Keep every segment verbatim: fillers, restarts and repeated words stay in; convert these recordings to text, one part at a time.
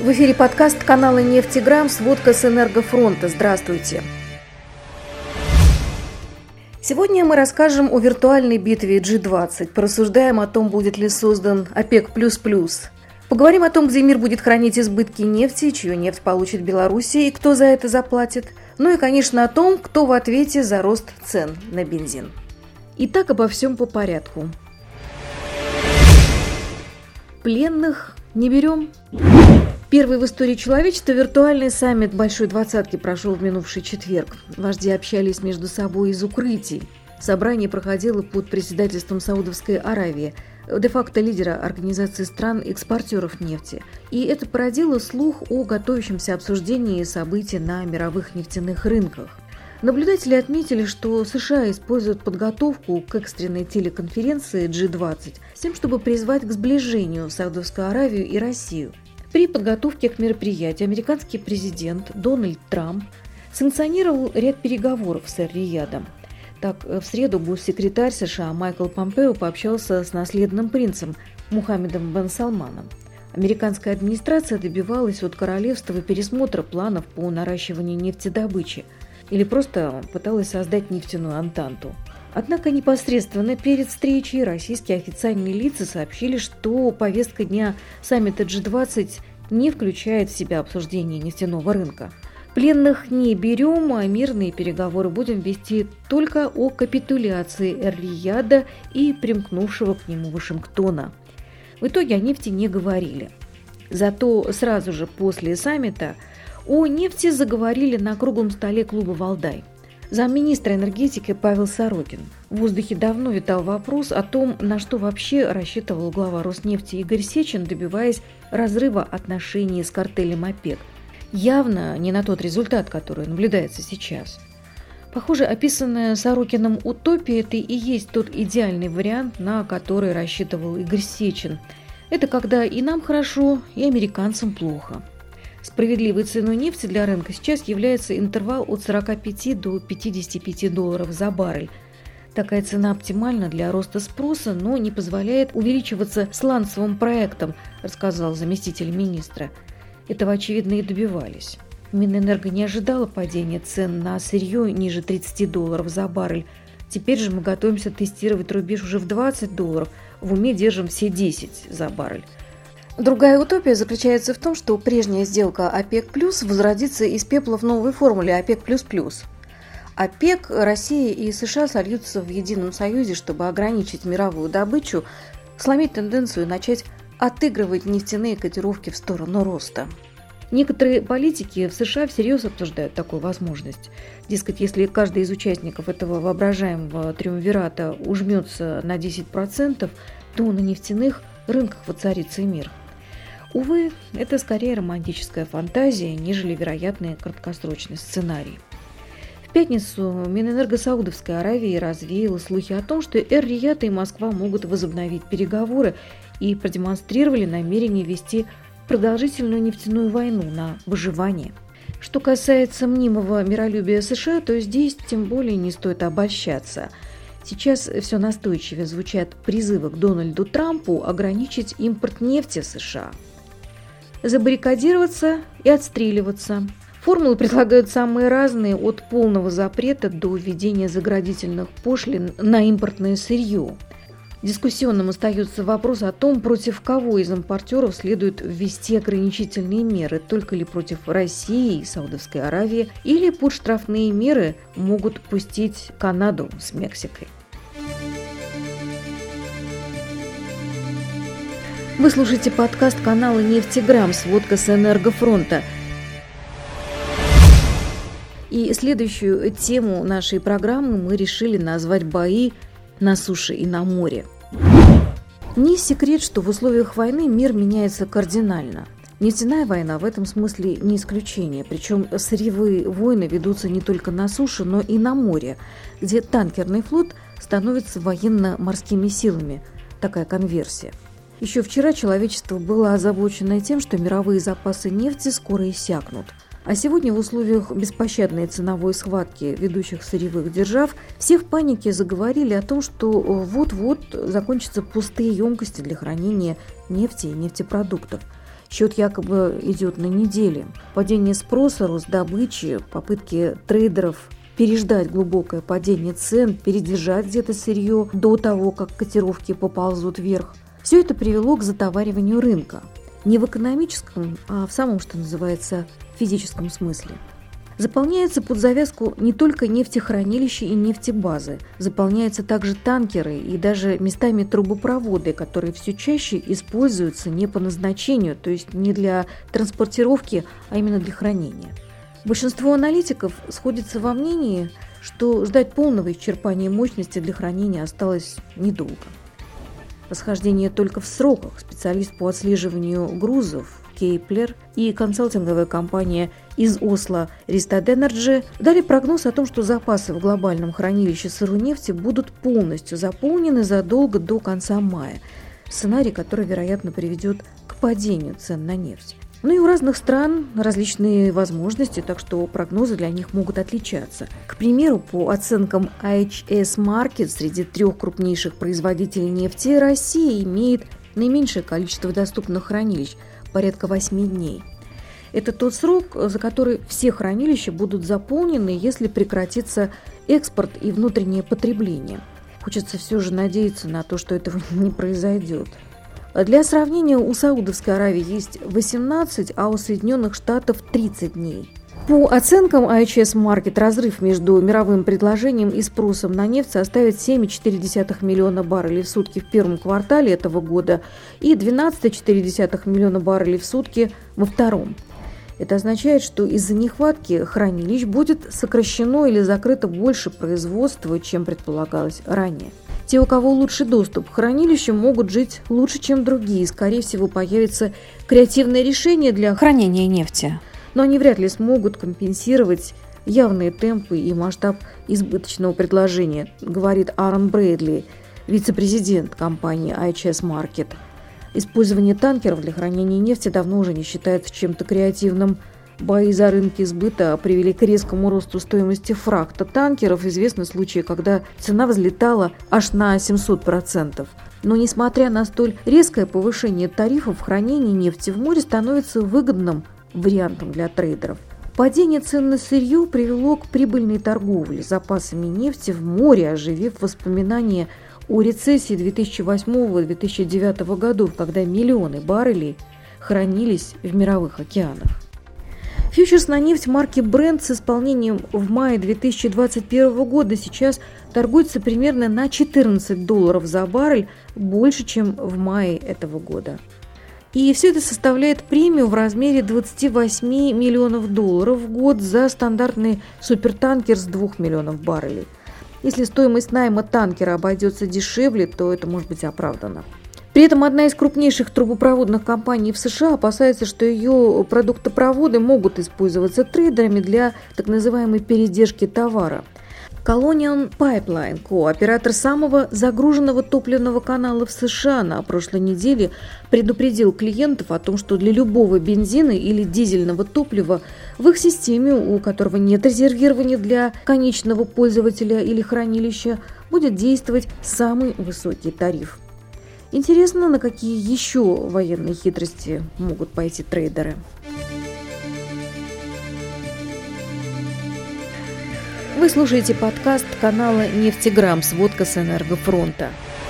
В эфире подкаст канала «Нефтеграм», сводка с Энергофронта. Здравствуйте. Сегодня мы расскажем о виртуальной битве джи двадцать, порассуждаем о том, будет ли создан ОПЕК++. Поговорим о том, где мир будет хранить избытки нефти, чью нефть получит Белоруссия и кто за это заплатит. Ну и, конечно, о том, кто в ответе за рост цен на бензин. Итак, обо всем по порядку. Пленных не берем. Первый в истории человечества виртуальный саммит Большой Двадцатки прошел в минувший четверг. Вожди общались между собой из укрытий. Собрание проходило под председательством Саудовской Аравии, де-факто лидера Организации стран-экспортеров нефти. И это породило слух о готовящемся обсуждении событий на мировых нефтяных рынках. Наблюдатели отметили, что США используют подготовку к экстренной телеконференции джи двадцать с тем, чтобы призвать к сближению Саудовскую Аравию и Россию. При подготовке к мероприятию американский президент Дональд Трамп санкционировал ряд переговоров с Эр-Риядом. Так, в среду госсекретарь США Майкл Помпео пообщался с наследным принцем Мухаммедом бен Салманом. Американская администрация добивалась от королевства пересмотра планов по наращиванию нефтедобычи или просто пыталась создать нефтяную антанту. Однако непосредственно перед встречей российские официальные лица сообщили, что повестка дня саммита джи двадцать не включает в себя обсуждение нефтяного рынка. Пленных не берем, а мирные переговоры будем вести только о капитуляции Эр-Рияда и примкнувшего к нему Вашингтона. В итоге о нефти не говорили. Зато сразу же после саммита о нефти заговорили на круглом столе клуба «Валдай». Замминистра энергетики Павел Сорокин. В воздухе давно витал вопрос о том, на что вообще рассчитывал глава Роснефти Игорь Сечин, добиваясь разрыва отношений с картелем ОПЕК. Явно не на тот результат, который наблюдается сейчас. Похоже, описанная Сорокиным утопия – это и есть тот идеальный вариант, на который рассчитывал Игорь Сечин. Это когда и нам хорошо, и американцам плохо. Справедливой ценой нефти для рынка сейчас является интервал от сорока пяти до пятидесяти пяти долларов за баррель. Такая цена оптимальна для роста спроса, но не позволяет увеличиваться сланцевым проектом, рассказал заместитель министра. Этого, очевидно, и добивались. Минэнерго не ожидала падения цен на сырье ниже тридцати долларов за баррель. Теперь же мы готовимся тестировать рубеж уже в двадцать долларов, в уме держим все десять за баррель. Другая утопия заключается в том, что прежняя сделка ОПЕК+, возродится из пепла в новой формуле ОПЕК++. ОПЕК, Россия и США сольются в едином союзе, чтобы ограничить мировую добычу, сломить тенденцию и начать отыгрывать нефтяные котировки в сторону роста. Некоторые политики в США всерьез обсуждают такую возможность. Дескать, если каждый из участников этого воображаемого триумвирата ужмется на десять процентов, то на нефтяных рынках воцарится мир. Увы, это скорее романтическая фантазия, нежели вероятный краткосрочный сценарий. В пятницу Минэнерго Саудовской Аравии развеяла слухи о том, что Эр-Рияд и Москва могут возобновить переговоры и продемонстрировали намерение вести продолжительную нефтяную войну на выживание. Что касается мнимого миролюбия США, то здесь тем более не стоит обольщаться. Сейчас все настойчивее звучат призывы к Дональду Трампу ограничить импорт нефти в США. Забаррикадироваться и отстреливаться. Формулы предлагают самые разные, от полного запрета до введения заградительных пошлин на импортное сырье. Дискуссионным остается вопрос о том, против кого из импортеров следует ввести ограничительные меры, только ли против России и Саудовской Аравии, или под штрафные меры могут пустить Канаду с Мексикой. Вы слушаете подкаст канала «Нефтеграм», сводка с Энергофронта. И следующую тему нашей программы мы решили назвать «Бои на суше и на море». Не секрет, что в условиях войны мир меняется кардинально. Нефтяная война в этом смысле не исключение, причем сырьевые войны ведутся не только на суше, но и на море, где танкерный флот становится военно-морскими силами. Такая конверсия. Еще вчера человечество было озабочено тем, что мировые запасы нефти скоро иссякнут. А сегодня в условиях беспощадной ценовой схватки ведущих сырьевых держав все в панике заговорили о том, что вот-вот закончатся пустые емкости для хранения нефти и нефтепродуктов. Счет якобы идет на недели. Падение спроса, рост добычи, попытки трейдеров переждать глубокое падение цен, передержать где-то сырье до того, как котировки поползут вверх. Все это привело к затовариванию рынка. Не в экономическом, а в самом, что называется, физическом смысле. Заполняются под завязку не только нефтехранилища и нефтебазы, заполняются также танкеры и даже местами трубопроводы, которые все чаще используются не по назначению, то есть не для транспортировки, а именно для хранения. Большинство аналитиков сходится во мнении, что ждать полного исчерпания мощности для хранения осталось недолго. Расхождение только в сроках. Специалист по отслеживанию грузов Кейплер и консалтинговая компания из Осло Rystad Energy дали прогноз о том, что запасы в глобальном хранилище сырой нефти будут полностью заполнены задолго до конца мая. Сценарий, который, вероятно, приведет к падению цен на нефть. Ну и у разных стран различные возможности, так что прогнозы для них могут отличаться. К примеру, по оценкам эй эйч эс Markit, среди трех крупнейших производителей нефти Россия имеет наименьшее количество доступных хранилищ – порядка восьми дней. Это тот срок, за который все хранилища будут заполнены, если прекратится экспорт и внутреннее потребление. Хочется все же надеяться на то, что этого не произойдет. Для сравнения, у Саудовской Аравии есть восемнадцать, а у Соединенных Штатов тридцать дней. По оценкам эй эйч эс Markit, разрыв между мировым предложением и спросом на нефть составит семь целых четыре десятых миллиона баррелей в сутки в первом квартале этого года и двенадцать целых четыре десятых миллиона баррелей в сутки во втором. Это означает, что из-за нехватки хранилищ будет сокращено или закрыто больше производства, чем предполагалось ранее. Те, у кого лучший доступ к хранилищам, могут жить лучше, чем другие. Скорее всего, появится креативное решение для хранения нефти. Но они вряд ли смогут компенсировать явные темпы и масштаб избыточного предложения, говорит Аарон Брэдли, вице-президент компании эй эйч эс Markit. Использование танкеров для хранения нефти давно уже не считается чем-то креативным. Бои за рынки сбыта привели к резкому росту стоимости фрахта танкеров. Известны случаи, когда цена взлетала аж на семьсот процентов. Но несмотря на столь резкое повышение тарифов, хранение нефти в море становится выгодным вариантом для трейдеров. Падение цен на сырье привело к прибыльной торговле запасами нефти в море, оживив воспоминания о рецессии две тысячи восьмого - две тысячи девятого годов, когда миллионы баррелей хранились в мировых океанах. Фьючерс на нефть марки Brent с исполнением в мае две тысячи двадцать первого года сейчас торгуется примерно на четырнадцать долларов за баррель, больше, чем в мае этого года. И все это составляет премию в размере двадцати восьми миллионов долларов в год за стандартный супертанкер с двух миллионов баррелей. Если стоимость найма танкера обойдется дешевле, то это может быть оправдано. При этом одна из крупнейших трубопроводных компаний в США опасается, что ее продуктопроводы могут использоваться трейдерами для так называемой передержки товара. Colonial Pipeline Co., оператор самого загруженного топливного канала в США, на прошлой неделе предупредил клиентов о том, что для любого бензина или дизельного топлива в их системе, у которого нет резервирования для конечного пользователя или хранилища, будет действовать самый высокий тариф. Интересно, на какие еще военные хитрости могут пойти трейдеры. Вы слушаете подкаст канала «Нефтеграмм. Сводка с Энергофронта».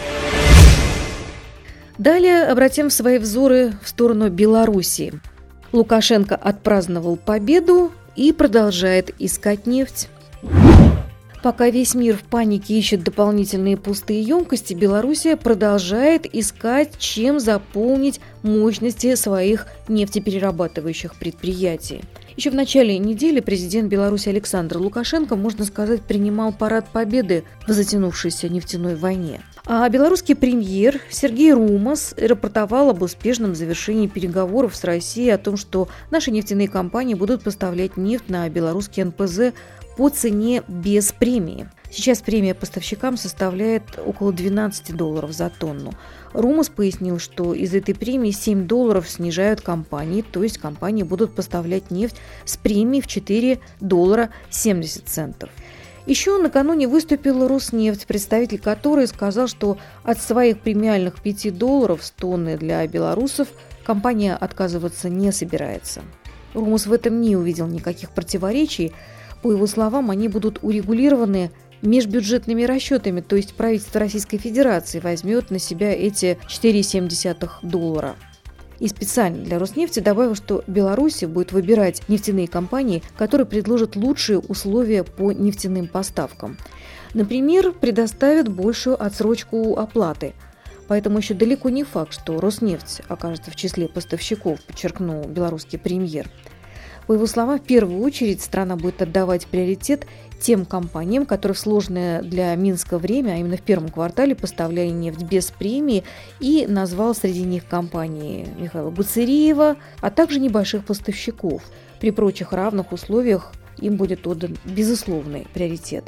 Далее обратим свои взоры в сторону Белоруссии. Лукашенко отпраздновал победу и продолжает искать нефть. Пока весь мир в панике ищет дополнительные пустые емкости, Белоруссия продолжает искать, чем заполнить мощности своих нефтеперерабатывающих предприятий. Еще в начале недели президент Беларуси Александр Лукашенко, можно сказать, принимал парад победы в затянувшейся нефтяной войне. А белорусский премьер Сергей Румас рапортовал об успешном завершении переговоров с Россией о том, что наши нефтяные компании будут поставлять нефть на белорусский эн пэ зэ по цене без премии. Сейчас премия поставщикам составляет около двенадцать долларов за тонну. Румас пояснил, что из этой премии семь долларов снижают компании, то есть компании будут поставлять нефть с премией в четыре доллара семьдесят центов. Еще накануне выступила Роснефть, представитель которой сказал, что от своих премиальных пяти долларов с тонны для белорусов компания отказываться не собирается. Румус в этом не увидел никаких противоречий. По его словам, они будут урегулированы межбюджетными расчетами, то есть правительство Российской Федерации возьмет на себя эти четыре целых семь десятых доллара. И специально для Роснефти добавил, что Беларусь будет выбирать нефтяные компании, которые предложат лучшие условия по нефтяным поставкам. Например, предоставят большую отсрочку оплаты. Поэтому еще далеко не факт, что Роснефть окажется в числе поставщиков, подчеркнул белорусский премьер. По его словам, в первую очередь страна будет отдавать приоритет тем компаниям, которые в сложное для Минска время, а именно в первом квартале, поставляли нефть без премии, и назвал среди них компании Михаила Гуцериева, а также небольших поставщиков. При прочих равных условиях им будет отдан безусловный приоритет.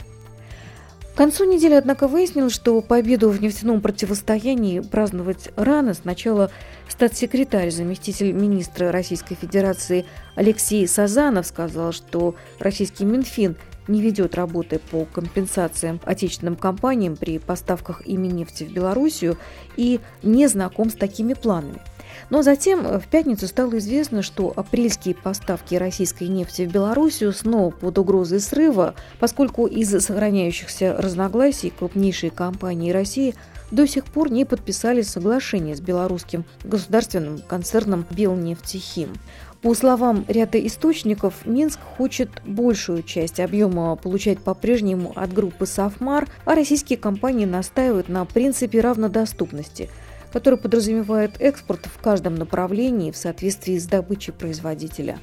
К концу недели, однако, выяснилось, что победу в нефтяном противостоянии праздновать рано. Сначала статс-секретарь, заместитель министра Российской Федерации Алексей Сазанов сказал, что российский Минфин не ведет работы по компенсациям отечественным компаниям при поставках ими нефти в Белоруссию и не знаком с такими планами. Но затем в пятницу стало известно, что апрельские поставки российской нефти в Белоруссию снова под угрозой срыва, поскольку из-за сохраняющихся разногласий крупнейшие компании России до сих пор не подписали соглашение с белорусским государственным концерном «Белнефтехим». По словам ряда источников, Минск хочет большую часть объема получать по-прежнему от группы «Сафмар», а российские компании настаивают на принципе равнодоступности, который подразумевает экспорт в каждом направлении в соответствии с добычей производителя.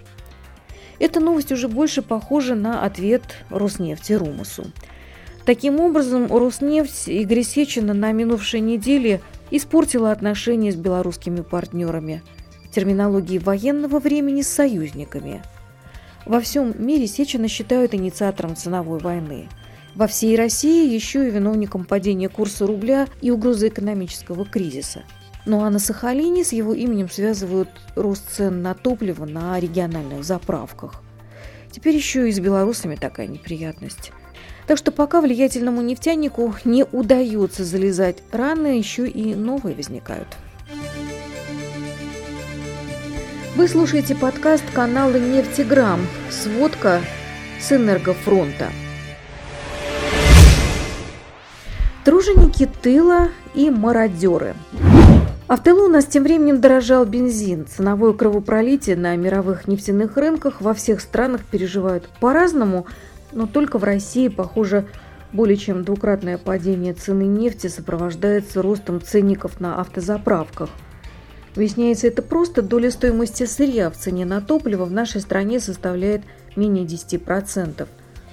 Эта новость уже больше похожа на ответ Роснефти Румусу. Таким образом, Роснефть Игоря Сечина на минувшей неделе испортила отношения с белорусскими партнерами. В терминологии военного времени с союзниками. Во всем мире Сечина считают инициатором ценовой войны. Во всей России еще и виновником падения курса рубля и угрозы экономического кризиса. Ну а на Сахалине с его именем связывают рост цен на топливо на региональных заправках. Теперь еще и с белорусами такая неприятность. Так что пока влиятельному нефтянику не удается залезать раны, еще и новые возникают. Вы слушаете подкаст канала «Нефтеграм». Сводка с Энергофронта. Труженики тыла и мародеры. А в тылу у нас тем временем дорожал бензин. Ценовое кровопролитие на мировых нефтяных рынках во всех странах переживают по-разному, но только в России, похоже, более чем двукратное падение цены нефти сопровождается ростом ценников на автозаправках. Выясняется, это просто доля стоимости сырья в цене на топливо в нашей стране составляет менее десяти процентов.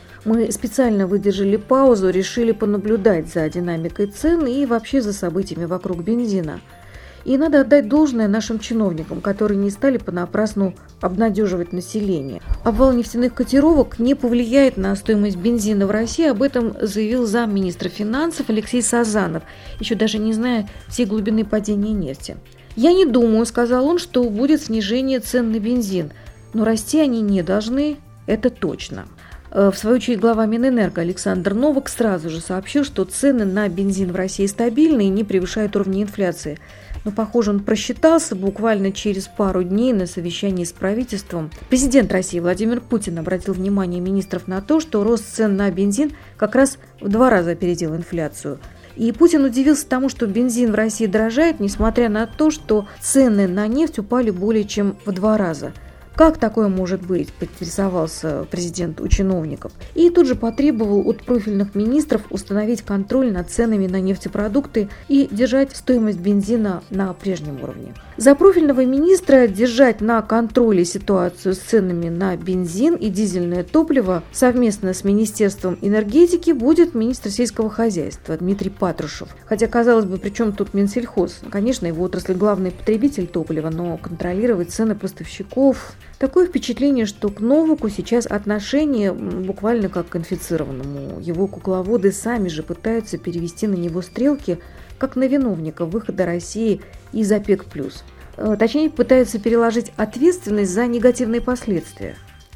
Мы специально выдержали паузу, решили понаблюдать за динамикой цен и вообще за событиями вокруг бензина. И надо отдать должное нашим чиновникам, которые не стали понапрасну обнадеживать население. Обвал нефтяных котировок не повлияет на стоимость бензина в России, об этом заявил замминистра финансов Алексей Сазанов, еще даже не зная всей глубины падения нефти. «Я не думаю, — сказал он, — что будет снижение цен на бензин, но расти они не должны, это точно». В свою очередь, глава Минэнерго Александр Новак сразу же сообщил, что цены на бензин в России стабильны и не превышают уровня инфляции. Но, похоже, он просчитался буквально через пару дней на совещании с правительством. Президент России Владимир Путин обратил внимание министров на то, что рост цен на бензин как раз в два раза опередил инфляцию. И Путин удивился тому, что бензин в России дорожает, несмотря на то, что цены на нефть упали более чем в два раза. Как такое может быть, поинтересовался президент у чиновников. И тут же потребовал от профильных министров установить контроль над ценами на нефтепродукты и держать стоимость бензина на прежнем уровне. За профильного министра держать на контроле ситуацию с ценами на бензин и дизельное топливо совместно с Министерством энергетики будет министр сельского хозяйства Дмитрий Патрушев. Хотя, казалось бы, при чем тут Минсельхоз? Конечно, его отрасль главный потребитель топлива, но контролировать цены поставщиков... Такое впечатление, что к Новаку сейчас отношение буквально как к инфицированному. Его кукловоды сами же пытаются перевести на него стрелки, как на виновника выхода России из ОПЕК+. Точнее, пытаются переложить ответственность за негативные последствия.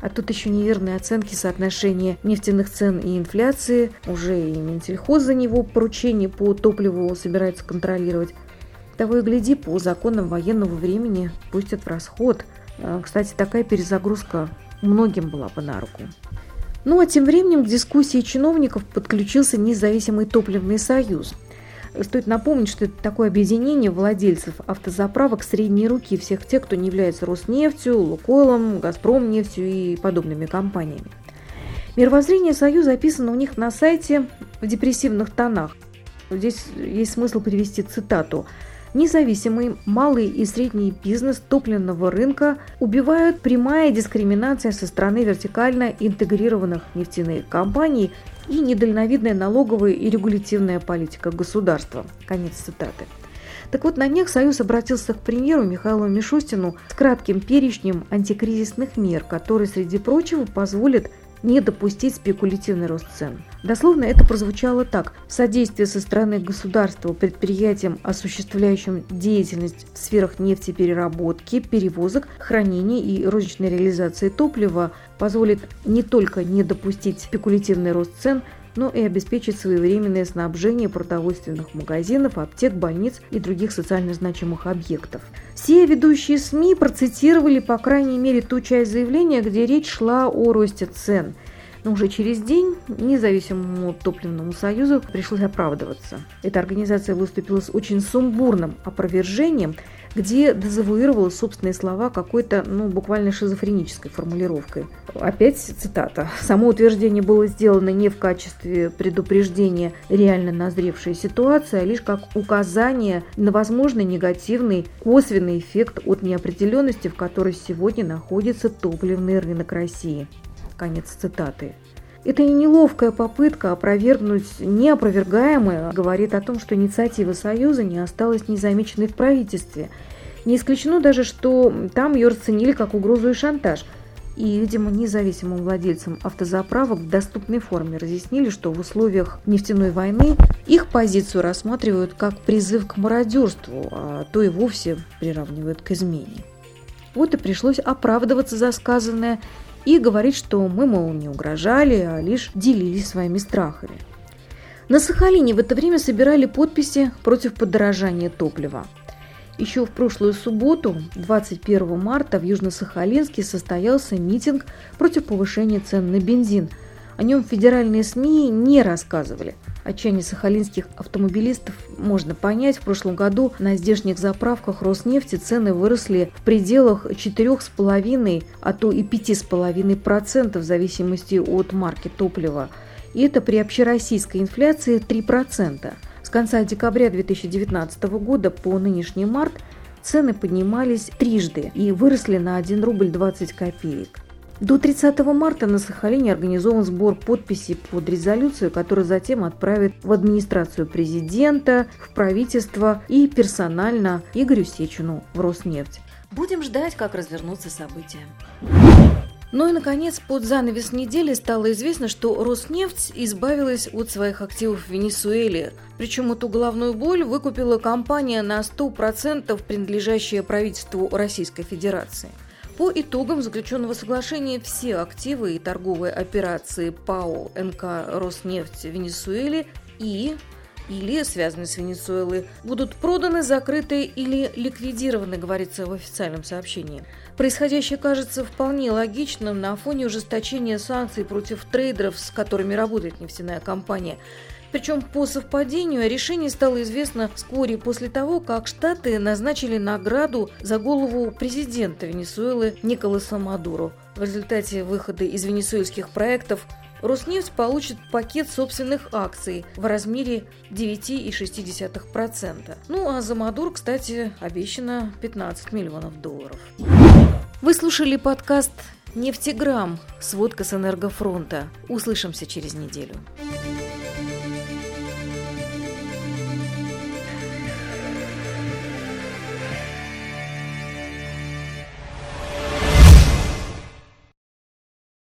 А тут еще неверные оценки соотношения нефтяных цен и инфляции. Уже и Минсельхоз за него поручение по топливу собирается контролировать. Того и гляди, по законам военного времени пустят в расход. Кстати, такая перезагрузка многим была бы на руку. Ну а тем временем к дискуссии чиновников подключился Независимый топливный союз. Стоит напомнить, что это такое объединение владельцев автозаправок средней руки, всех тех, кто не является Роснефтью, Лукойлом, Газпромнефтью и подобными компаниями. Мировоззрение союза описано у них на сайте в депрессивных тонах. Здесь есть смысл привести цитату. «Независимый малый и средний бизнес топливного рынка убивают прямая дискриминация со стороны вертикально интегрированных нефтяных компаний и недальновидная налоговая и регулятивная политика государства». Конец цитаты. Так вот, на днях Союз обратился к премьеру Михаилу Мишустину с кратким перечнем антикризисных мер, которые, среди прочего, позволят не допустить спекулятивный рост цен. Дословно это прозвучало так. Содействие со стороны государства предприятиям, осуществляющим деятельность в сферах нефтепереработки, перевозок, хранения и розничной реализации топлива, позволит не только не допустить спекулятивный рост цен, но и обеспечить своевременное снабжение продовольственных магазинов, аптек, больниц и других социально значимых объектов. Все ведущие СМИ процитировали, по крайней мере, ту часть заявления, где речь шла о росте цен. Но уже через день Независимому топливному союзу пришлось оправдываться. Эта организация выступила с очень сумбурным опровержением, где дезавуировала собственные слова какой-то, ну, буквально шизофренической формулировкой. Опять цитата. «Само утверждение было сделано не в качестве предупреждения реально назревшей ситуации, а лишь как указание на возможный негативный косвенный эффект от неопределенности, в которой сегодня находится топливный рынок России». Конец цитаты. Это и неловкая попытка опровергнуть неопровергаемое говорит о том, что инициатива Союза не осталась незамеченной в правительстве. Не исключено даже, что там ее расценили как угрозу и шантаж. И, видимо, независимым владельцам автозаправок в доступной форме разъяснили, что в условиях нефтяной войны их позицию рассматривают как призыв к мародерству, а то и вовсе приравнивают к измене. Вот и пришлось оправдываться за сказанное и говорить, что мы, мол, не угрожали, а лишь делились своими страхами. На Сахалине в это время собирали подписи против подорожания топлива. Еще в прошлую субботу, двадцать первого марта, в Южно-Сахалинске состоялся митинг против повышения цен на бензин. О нем федеральные СМИ не рассказывали. Отчаяние сахалинских автомобилистов можно понять. В прошлом году на здешних заправках Роснефти цены выросли в пределах четырех с половиной, а то и пяти с половиной процентов в зависимости от марки топлива. И это при общероссийской инфляции три процента. С конца декабря две тысячи девятнадцатого года по нынешний март цены поднимались трижды и выросли на один рубль двадцать копеек. До тридцатого марта на Сахалине организован сбор подписей под резолюцию, которую затем отправят в администрацию президента, в правительство и персонально Игорю Сечину в Роснефть. Будем ждать, как развернутся события. Ну и, наконец, под занавес недели стало известно, что Роснефть избавилась от своих активов в Венесуэле. Причем эту головную боль выкупила компания на сто процентов, принадлежащая правительству Российской Федерации. По итогам заключенного соглашения все активы и торговые операции ПАО эн ка «Роснефть» в Венесуэле и или связанные с Венесуэлой будут проданы, закрыты или ликвидированы, говорится в официальном сообщении. Происходящее кажется вполне логичным на фоне ужесточения санкций против трейдеров, с которыми работает нефтяная компания. Причем по совпадению решение стало известно вскоре после того, как Штаты назначили награду за голову президента Венесуэлы Николаса Мадуро. В результате выхода из венесуэльских проектов Роснефть получит пакет собственных акций в размере девять целых шесть десятых процента. Ну а за Мадуро, кстати, обещано пятнадцать миллионов долларов. Вы слушали подкаст «Нефтеграмм. Сводка с Энергофронта». Услышимся через неделю.